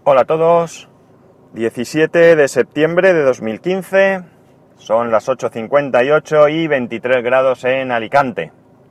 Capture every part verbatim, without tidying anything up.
Hola a todos, diecisiete de septiembre de dos mil quince, son las ocho cincuenta y ocho y veintitrés grados en Alicante.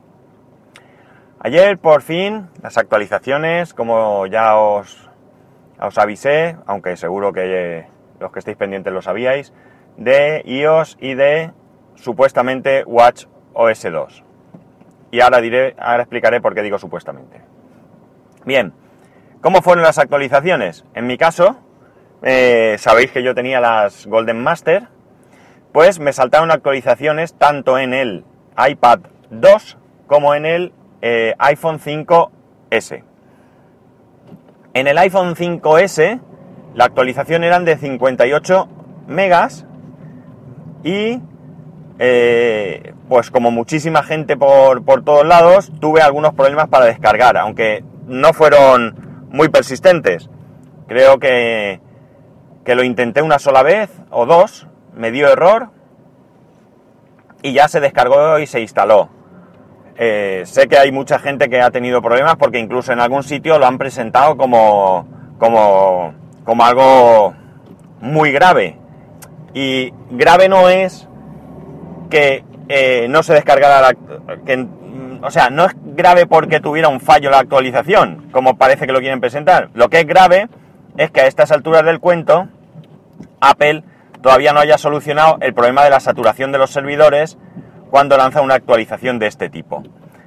Ayer por fin las actualizaciones, como ya os, os avisé, aunque seguro que los que estéis pendientes lo sabíais, de iOS y de supuestamente WatchOS dos. Y ahora diré, ahora explicaré por qué digo supuestamente. Bien. ¿Cómo fueron las actualizaciones? En mi caso, eh, sabéis que yo tenía las Golden Master, pues me saltaron actualizaciones tanto en el iPad dos como en el eh, iPhone cinco ese. En el iPhone cinco ese la actualización eran de cincuenta y ocho megas y eh, pues como muchísima gente por, por todos lados, tuve algunos problemas para descargar, aunque no fueron muy persistentes. Creo que, que lo intenté una sola vez o dos, me dio error y ya se descargó y se instaló. Eh, sé que hay mucha gente que ha tenido problemas porque incluso en algún sitio lo han presentado como, como, como algo muy grave. Y grave no es que eh, no se descargara la... Que, O sea, no es grave porque tuviera un fallo la actualización, como parece que lo quieren presentar. Lo que es grave es que a estas alturas del cuento, Apple todavía no haya solucionado el problema de la saturación de los servidores cuando lanza una actualización de este tipo.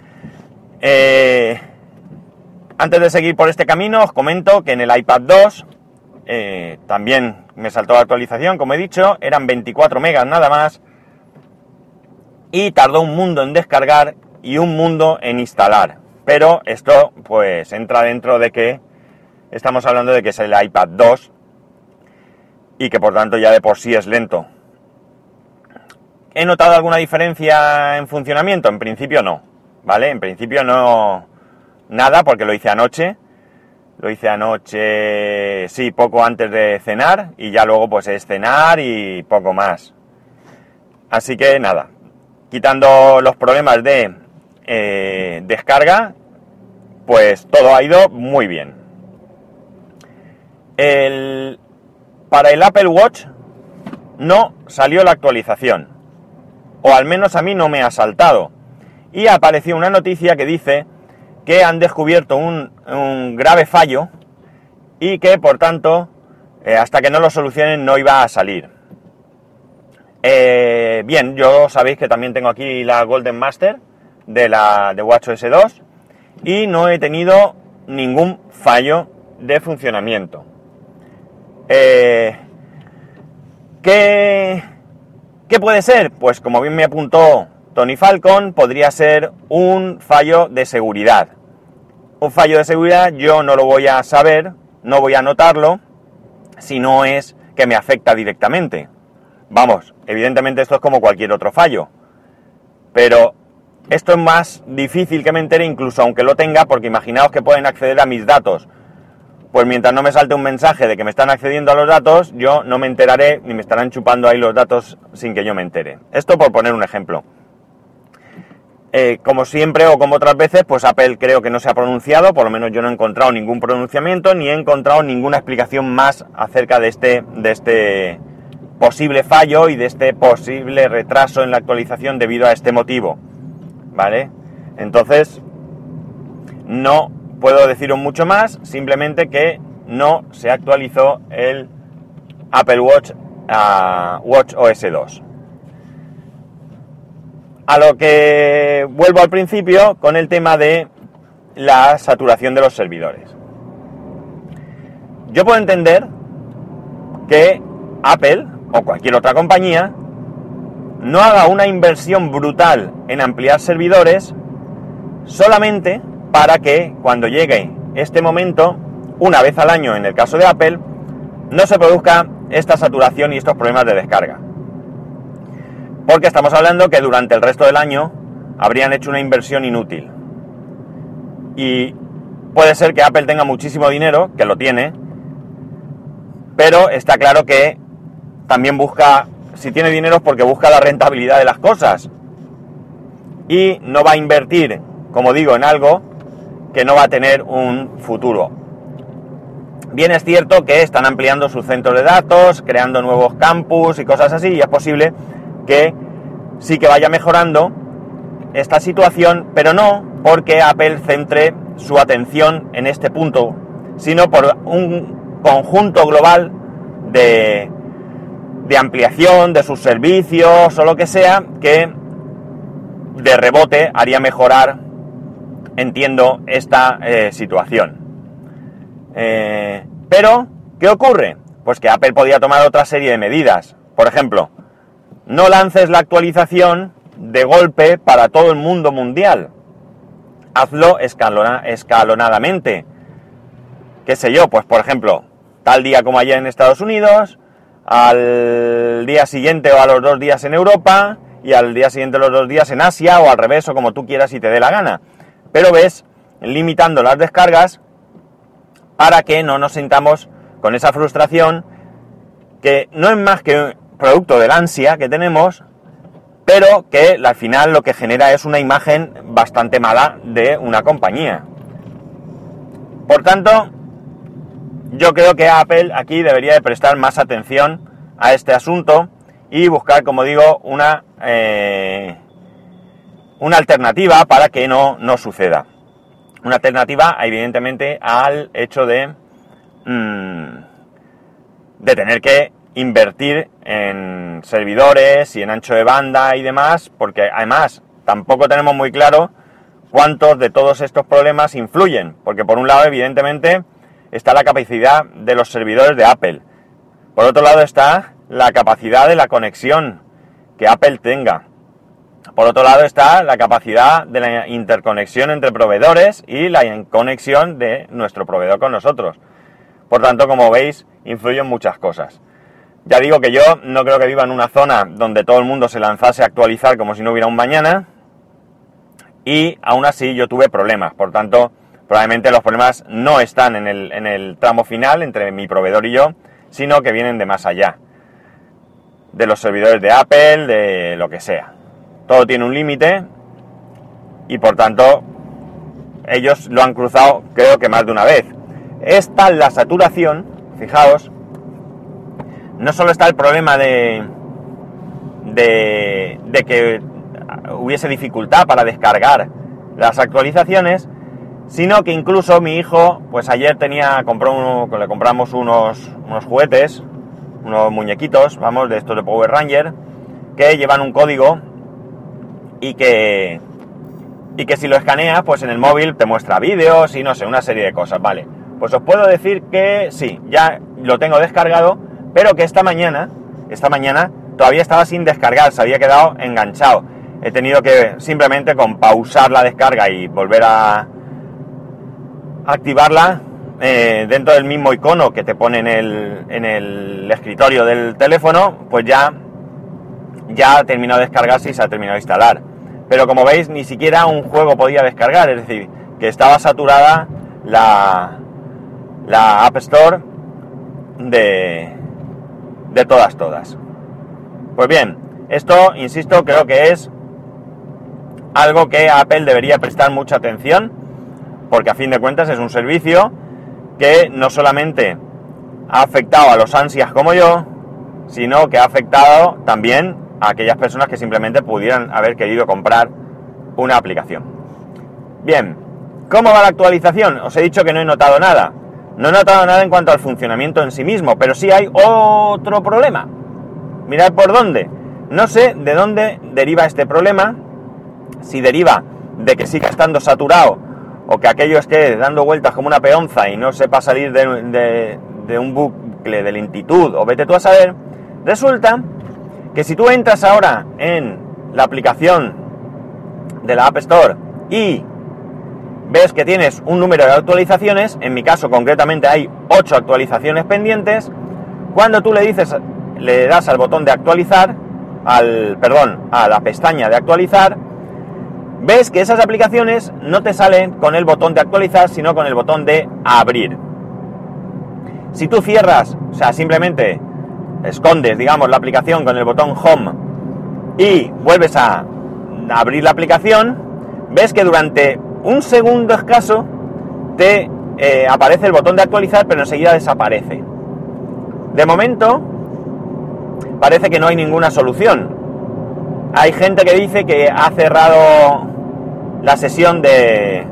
Eh, antes de seguir por este camino, os comento que en el iPad dos eh, también me saltó la actualización, como he dicho, eran veinticuatro megas nada más, y tardó un mundo en descargar y un mundo en instalar, pero esto pues entra dentro de que estamos hablando de que es el iPad dos y que por tanto ya de por sí es lento. ¿He notado alguna diferencia en funcionamiento? En principio no, ¿vale? En principio no, nada, porque lo hice anoche, lo hice anoche, sí, poco antes de cenar, y ya luego pues es cenar y poco más. Así que nada, quitando los problemas de Eh, descarga, pues todo ha ido muy bien. El, para el Apple Watch no salió la actualización, o al menos a mí no me ha saltado, y apareció una noticia que dice que han descubierto un, un grave fallo y que por tanto eh, hasta que no lo solucionen no iba a salir. Eh, bien, yo sabéis que también tengo aquí la Golden Master de la de WatchOS dos y no he tenido ningún fallo de funcionamiento. Eh, ¿qué, ¿Qué puede ser? Pues como bien me apuntó Tony Falcon, podría ser un fallo de seguridad. Un fallo de seguridad yo no lo voy a saber, no voy a notarlo, si no es que me afecta directamente. Vamos, evidentemente esto es como cualquier otro fallo, pero esto es más difícil que me entere incluso aunque lo tenga, porque imaginaos que pueden acceder a mis datos. Pues mientras no me salte un mensaje de que me están accediendo a los datos, yo no me enteraré ni me estarán chupando ahí los datos sin que yo me entere. Esto por poner un ejemplo. Eh, como siempre o como otras veces, pues Apple creo que no se ha pronunciado, por lo menos yo no he encontrado ningún pronunciamiento ni he encontrado ninguna explicación más acerca de este, de este posible fallo y de este posible retraso en la actualización debido a este motivo. ¿Vale? Entonces, no puedo deciros mucho más, simplemente que no se actualizó el Apple Watch a WatchOS dos. A lo que vuelvo al principio con el tema de la saturación de los servidores. Yo puedo entender que Apple o cualquier otra compañía no haga una inversión brutal en ampliar servidores solamente para que cuando llegue este momento, una vez al año en el caso de Apple, no se produzca esta saturación y estos problemas de descarga. Porque estamos hablando que durante el resto del año habrían hecho una inversión inútil. Y puede ser que Apple tenga muchísimo dinero, que lo tiene, pero está claro que también busca... Si tiene dinero es porque busca la rentabilidad de las cosas y no va a invertir, como digo, en algo que no va a tener un futuro. bien es cierto que están ampliando sus centros de datos, creando nuevos campus y cosas así, y es posible que sí que vaya mejorando esta situación, pero no porque Apple centre su atención en este punto, sino por un conjunto global de, de ampliación de sus servicios o lo que sea, que de rebote haría mejorar, entiendo, esta eh, situación. Eh, pero, ¿qué ocurre? Pues que Apple podía tomar otra serie de medidas. Por ejemplo, no lances la actualización de golpe para todo el mundo mundial. Hazlo escalona, escalonadamente. ¿Qué sé yo? Pues por ejemplo, tal día como ayer en Estados Unidos, al día siguiente o a los dos días en Europa, y al día siguiente los dos días en Asia, o al revés, o como tú quieras y te dé la gana. Pero ves, limitando las descargas para que no nos sintamos con esa frustración, que no es más que producto de la ansia que tenemos, pero que al final lo que genera es una imagen bastante mala de una compañía. Por tanto, yo creo que Apple aquí debería de prestar más atención a este asunto y buscar, como digo, una, eh, una alternativa para que no, no suceda. Una alternativa, evidentemente, al hecho de, mmm, de tener que invertir en servidores y en ancho de banda y demás, porque además tampoco tenemos muy claro cuántos de todos estos problemas influyen, porque por un lado, evidentemente, está la capacidad de los servidores de Apple. Por otro lado está la capacidad de la conexión que Apple tenga. Por otro lado está la capacidad de la interconexión entre proveedores y la conexión de nuestro proveedor con nosotros. Por tanto, como veis, influyen muchas cosas. Ya digo que yo no creo que viva en una zona donde todo el mundo se lanzase a actualizar como si no hubiera un mañana, y aún así yo tuve problemas. Por tanto, probablemente los problemas no están en el, en el tramo final entre mi proveedor y yo, sino que vienen de más allá, de los servidores de Apple, de lo que sea. Todo tiene un límite y por tanto ellos lo han cruzado, creo que más de una vez. Es tal la saturación, fijaos, no solo está el problema de, de, de que hubiese dificultad para descargar las actualizaciones, sino que incluso mi hijo, pues ayer tenía, compró uno, le compramos unos, unos juguetes, unos muñequitos, vamos, de estos de Power Ranger, que llevan un código y que, y que si lo escaneas, pues en el móvil te muestra vídeos y no sé, una serie de cosas, vale. Pues os puedo decir que sí, ya lo tengo descargado, pero que esta mañana, esta mañana todavía estaba sin descargar, se había quedado enganchado. He tenido que simplemente con pausar la descarga y volver a activarla eh, dentro del mismo icono que te pone en el, en el escritorio del teléfono, pues ya, ya ha terminado de descargarse y se ha terminado de instalar. Pero como veis, ni siquiera un juego podía descargar, es decir, que estaba saturada la, la App Store de, de todas, todas. Pues bien, esto, insisto, creo que es algo que Apple debería prestar mucha atención, porque a fin de cuentas es un servicio que no solamente ha afectado a los ansias como yo, sino que ha afectado también a aquellas personas que simplemente pudieran haber querido comprar una aplicación. Bien, ¿cómo va la actualización? Os he dicho que no he notado nada. No he notado nada en cuanto al funcionamiento en sí mismo, pero sí hay otro problema. Mirad por dónde. No sé de dónde deriva este problema, si deriva de que siga estando saturado o que aquello esté dando vueltas como una peonza y no sepa salir de, de, de un bucle de lentitud, o vete tú a saber. Resulta que si tú entras ahora en la aplicación de la App Store y ves que tienes un número de actualizaciones, en mi caso concretamente hay ocho actualizaciones pendientes, cuando tú le dices, le das al botón de actualizar, al, perdón, a la pestaña de actualizar, ves que esas aplicaciones no te salen con el botón de actualizar, sino con el botón de abrir. Si tú cierras, o sea, simplemente escondes, digamos, la aplicación con el botón Home y vuelves a abrir la aplicación, ves que durante un segundo escaso te eh, aparece el botón de actualizar, pero enseguida desaparece. De momento, parece que no hay ninguna solución. Hay gente que dice que ha cerrado la sesión de,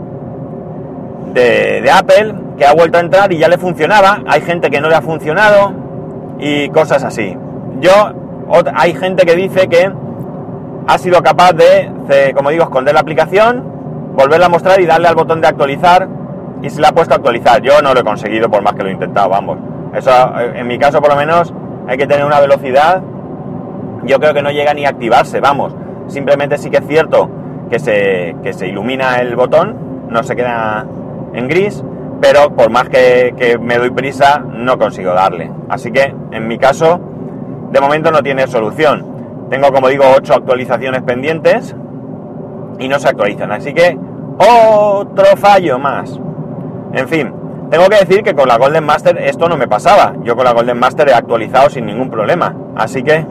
de, de Apple, que ha vuelto a entrar y ya le funcionaba. Hay gente que no le ha funcionado y cosas así. Yo, hay gente que dice que ha sido capaz de, como digo, esconder la aplicación, volverla a mostrar y darle al botón de actualizar, y se la ha puesto a actualizar. Yo no lo he conseguido por más que lo he intentado, vamos. Eso, en mi caso por lo menos, hay que tener una velocidad, yo creo que no llega ni a activarse, vamos. Simplemente sí que es cierto que se, que se ilumina el botón, no se queda en gris, pero por más que, que me doy prisa, no consigo darle. Así que, en mi caso, de momento no tiene solución. Tengo, como digo, ocho actualizaciones pendientes y no se actualizan. Así que, otro fallo más. En fin, tengo que decir que con la Golden Master esto no me pasaba. Yo con la Golden Master he actualizado sin ningún problema. Así que,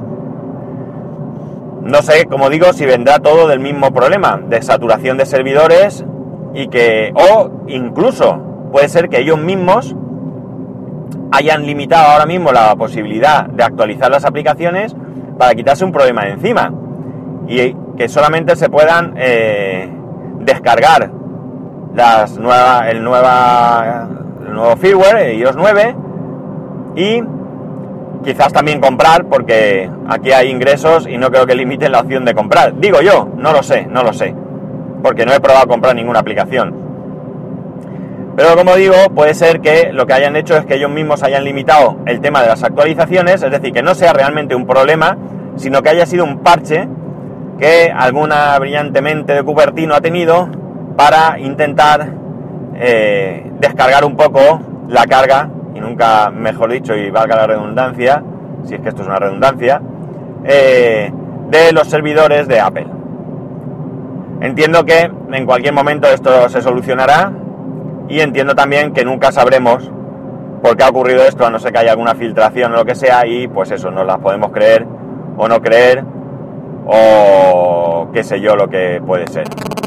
no sé, como digo, si vendrá todo del mismo problema, de saturación de servidores y que, o incluso, puede ser que ellos mismos hayan limitado ahora mismo la posibilidad de actualizar las aplicaciones para quitarse un problema de encima y que solamente se puedan eh, descargar las nueva, el, nueva, el nuevo firmware iOS nueve y quizás también comprar, porque aquí hay ingresos y no creo que limiten la opción de comprar. Digo yo, no lo sé, no lo sé, porque no he probado comprar ninguna aplicación. Pero como digo, puede ser que lo que hayan hecho es que ellos mismos hayan limitado el tema de las actualizaciones, es decir, que no sea realmente un problema, sino que haya sido un parche que alguna brillante mente de Cupertino ha tenido para intentar eh, descargar un poco la carga, y nunca mejor dicho, y valga la redundancia, si es que esto es una redundancia, eh, de los servidores de Apple. Entiendo que en cualquier momento esto se solucionará, y entiendo también que nunca sabremos por qué ha ocurrido esto, a no ser que haya alguna filtración o lo que sea, y pues eso, nos las podemos creer o no creer, o qué sé yo lo que puede ser.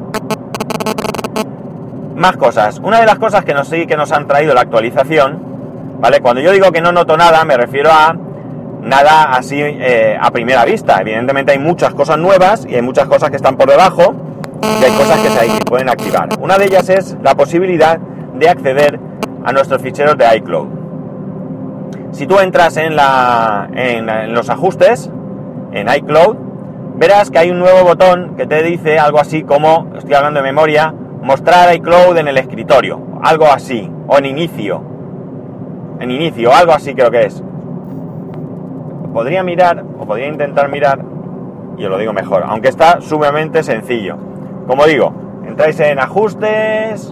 Más cosas. Una de las cosas que nos sí que nos han traído la actualización, ¿vale? Cuando yo digo que no noto nada, me refiero a nada así eh, a primera vista. Evidentemente hay muchas cosas nuevas y hay muchas cosas que están por debajo y hay cosas que se pueden activar. Una de ellas es la posibilidad de acceder a nuestros ficheros de iCloud. Si tú entras en, la, en, en los ajustes, en iCloud, verás que hay un nuevo botón que te dice algo así como, estoy hablando de memoria, mostrar iCloud en el escritorio, algo así, o en inicio, en inicio, algo así creo que es. Podría mirar, o podría intentar mirar, y os lo digo mejor, aunque está sumamente sencillo. Como digo, entráis en ajustes,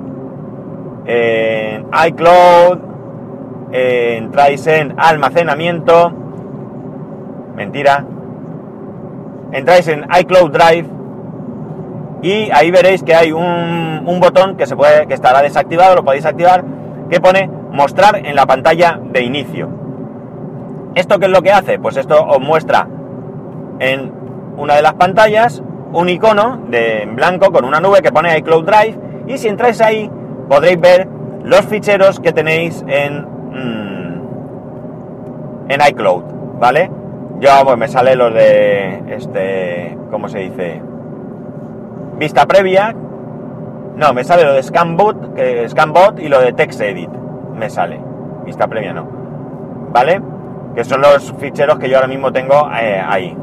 en iCloud, eh, entráis en almacenamiento, mentira, entráis en iCloud Drive y ahí veréis que hay un, un botón que se puede, que estará desactivado, lo podéis activar, que pone mostrar en la pantalla de inicio. ¿Esto qué es lo que hace? Pues esto os muestra en una de las pantallas un icono de en blanco con una nube que pone iCloud Drive, y si entráis ahí podréis ver los ficheros que tenéis en, mmm, en iCloud, ¿vale? Yo pues me sale los de este, ¿cómo se dice? Vista previa. No, me sale lo de Scanbot, que Scanbot y lo de TextEdit me sale. Vista previa no, ¿vale? Que son los ficheros que yo ahora mismo tengo eh, ahí.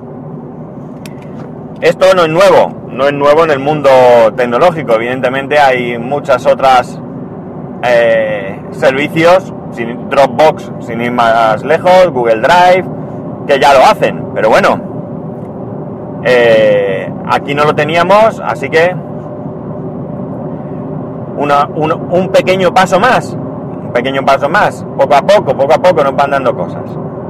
Esto no es nuevo, no es nuevo en el mundo tecnológico. Evidentemente hay muchas otras eh, servicios, sin Dropbox, sin ir más lejos, Google Drive, que ya lo hacen, pero bueno, eh, aquí no lo teníamos, así que una, un, un pequeño paso más, un pequeño paso más, poco a poco, poco a poco nos van dando cosas.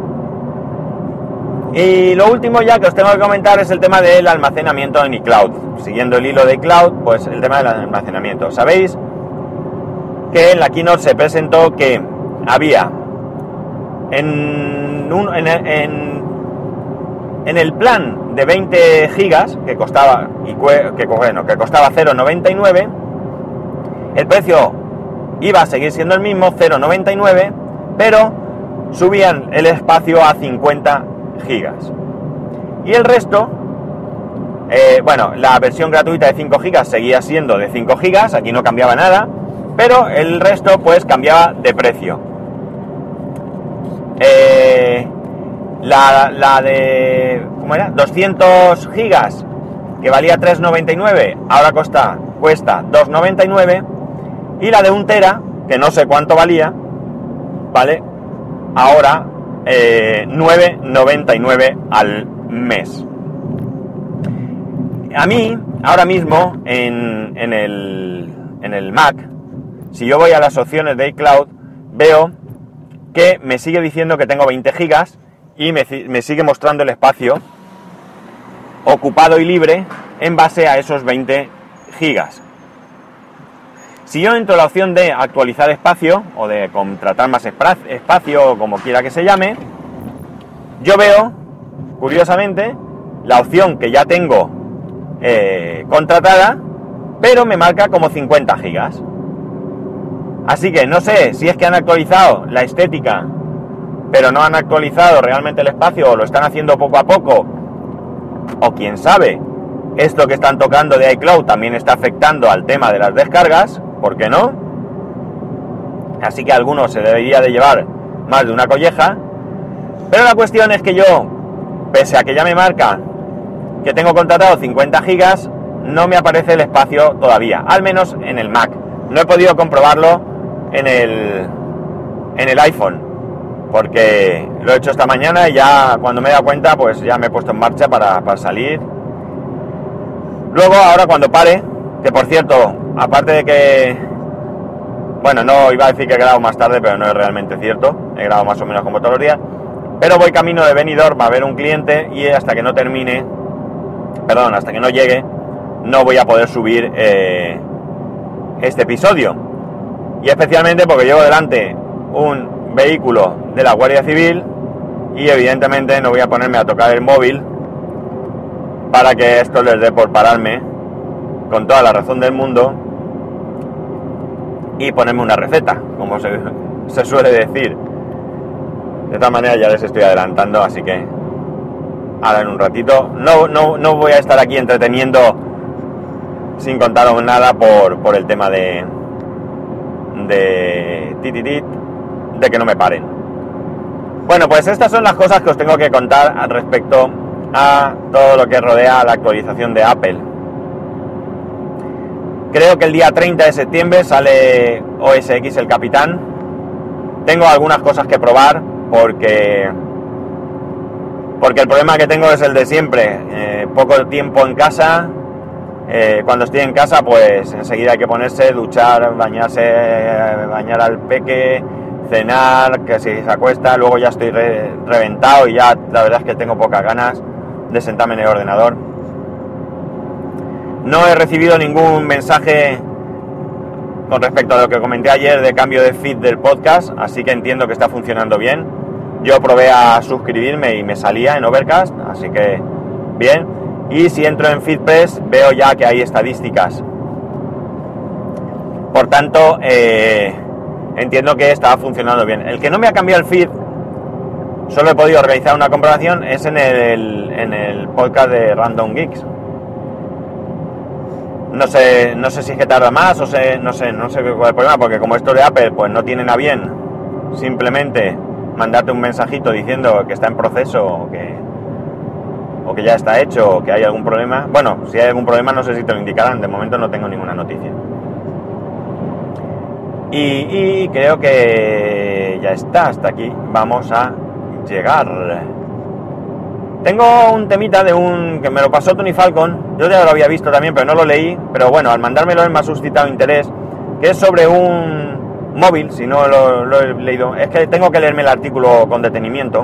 Y lo último ya que os tengo que comentar es el tema del almacenamiento en iCloud. Siguiendo el hilo de iCloud, pues el tema del almacenamiento. Sabéis que en la keynote se presentó que había en, un, en, en, en el plan de veinte gigas que costaba y que, bueno, que costaba cero coma noventa y nueve, el precio iba a seguir siendo el mismo, cero coma noventa y nueve, pero subían el espacio a cincuenta gigas. Y el resto, eh, bueno, la versión gratuita de cinco gigas seguía siendo de cinco gigas, aquí no cambiaba nada, pero el resto pues cambiaba de precio. Eh, la, la de, ¿cómo era? doscientos gigas, que valía tres coma noventa y nueve, ahora cuesta, cuesta dos coma noventa y nueve, y la de un tera, que no sé cuánto valía, ¿vale? Ahora eh, nueve coma noventa y nueve al mes. A mí, ahora mismo, en, en, el, en el Mac, si yo voy a las opciones de iCloud, veo que me sigue diciendo que tengo veinte gigas y me, me sigue mostrando el espacio ocupado y libre en base a esos veinte gigas. Si yo entro en la opción de actualizar espacio o de contratar más espacio, o como quiera que se llame, yo veo, curiosamente, la opción que ya tengo eh, contratada, pero me marca como cincuenta gigas. Así que no sé si es que han actualizado la estética, pero no han actualizado realmente el espacio, o lo están haciendo poco a poco, o quién sabe, esto que están tocando de iCloud también está afectando al tema de las descargas, ¿por qué no? Así que alguno se debería de llevar más de una colleja, pero la cuestión es que yo, pese a que ya me marca que tengo contratado cincuenta gigas, no me aparece el espacio todavía, al menos en el Mac. No he podido comprobarlo en el, en el iPhone, porque lo he hecho esta mañana y ya cuando me he dado cuenta, pues ya me he puesto en marcha para, para salir. Luego, ahora cuando pare, que por cierto, aparte de que, bueno, no iba a decir que he grabado más tarde, pero no es realmente cierto, he grabado más o menos como todos los días, pero voy camino de Benidorm a ver un cliente y hasta que no termine, perdón, hasta que no llegue, no voy a poder subir eh, este episodio. Y especialmente porque llevo delante un vehículo de la Guardia Civil y evidentemente no voy a ponerme a tocar el móvil para que esto les dé por pararme con toda la razón del mundo y ponerme una receta, como se, se suele decir. De todas maneras ya les estoy adelantando, así que ahora en un ratito no, no, no voy a estar aquí entreteniendo sin contaros nada por, por el tema de de tititit, de que no me paren. Bueno, pues estas son las cosas que os tengo que contar al respecto a todo lo que rodea a la actualización de Apple. Creo que el día treinta de septiembre sale O S X el Capitán. Tengo algunas cosas que probar porque porque el problema que tengo es el de siempre, eh, poco tiempo en casa. Eh, cuando estoy en casa, pues enseguida hay que ponerse, duchar, bañarse, bañar al peque, cenar, que si se acuesta, luego ya estoy re, reventado y ya la verdad es que tengo pocas ganas de sentarme en el ordenador. No he recibido ningún mensaje con respecto a lo que comenté ayer de cambio de feed del podcast, así que entiendo que está funcionando bien. Yo probé a suscribirme y me salía en Overcast, así que bien. Y si entro en FeedPress veo ya que hay estadísticas. Por tanto, eh, entiendo que estaba funcionando bien. El que no me ha cambiado el feed, solo he podido realizar una comprobación, es en el, en el podcast de Random Geeks. No sé, no sé si es que tarda más o sé, no sé, no sé cuál es el problema, porque como esto de Apple, pues no tienen a bien simplemente mandarte un mensajito diciendo que está en proceso o que o que ya está hecho, o que hay algún problema. Bueno, si hay algún problema no sé si te lo indicarán, de momento no tengo ninguna noticia. Y, y creo que ya está, hasta aquí vamos a llegar. Tengo un temita de un que me lo pasó Tony Falcon, yo ya lo había visto también, pero no lo leí, pero bueno, al mandármelo él me ha suscitado interés, que es sobre un móvil, si no lo, lo he leído, es que tengo que leerme el artículo con detenimiento,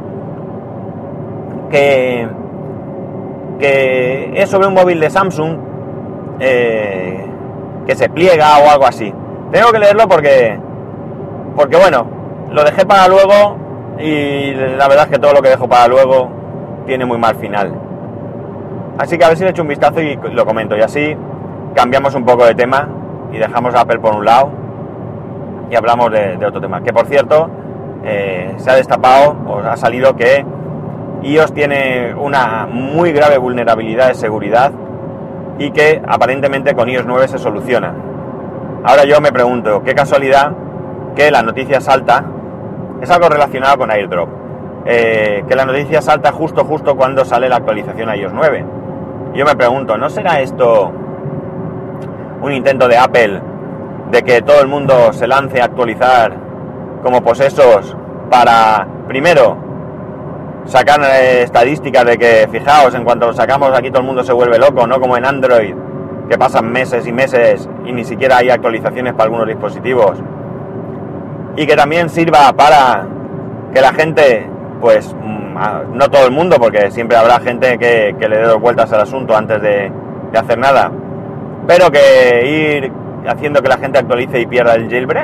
que... que es sobre un móvil de Samsung eh, que se pliega o algo así. Tengo que leerlo porque porque bueno, lo dejé para luego y la verdad es que todo lo que dejo para luego tiene muy mal final. Así que a ver si le echo un vistazo y lo comento, y así cambiamos un poco de tema y dejamos a Apple por un lado y hablamos de, de otro tema. Que por cierto, eh, se ha destapado, o ha salido que iOS tiene una muy grave vulnerabilidad de seguridad y que aparentemente con iOS nueve se soluciona. Ahora yo me pregunto, qué casualidad que la noticia salta, es algo relacionado con AirDrop, eh, que la noticia salta justo justo cuando sale la actualización a iOS nueve. Yo me pregunto, ¿no será esto un intento de Apple de que todo el mundo se lance a actualizar como posesos para, primero, sacar eh, estadísticas de que, fijaos, en cuanto lo sacamos aquí todo el mundo se vuelve loco, no como en Android, que pasan meses y meses y ni siquiera hay actualizaciones para algunos dispositivos, y que también sirva para que la gente, pues, no todo el mundo, porque siempre habrá gente que, que le dé dos vueltas al asunto antes de, de hacer nada, pero que ir haciendo que la gente actualice y pierda el jailbreak.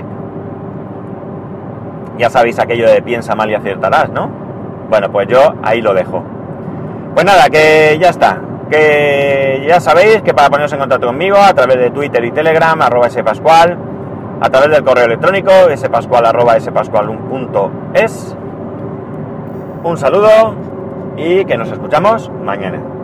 Ya sabéis aquello de piensa mal y acertarás, ¿no? Bueno, pues yo ahí lo dejo. Pues nada, que ya está. Que ya sabéis que para poneros en contacto conmigo a través de Twitter y Telegram, arroba spascual, a través del correo electrónico, spascual arroba spascual punto es. Un saludo y que nos escuchamos mañana.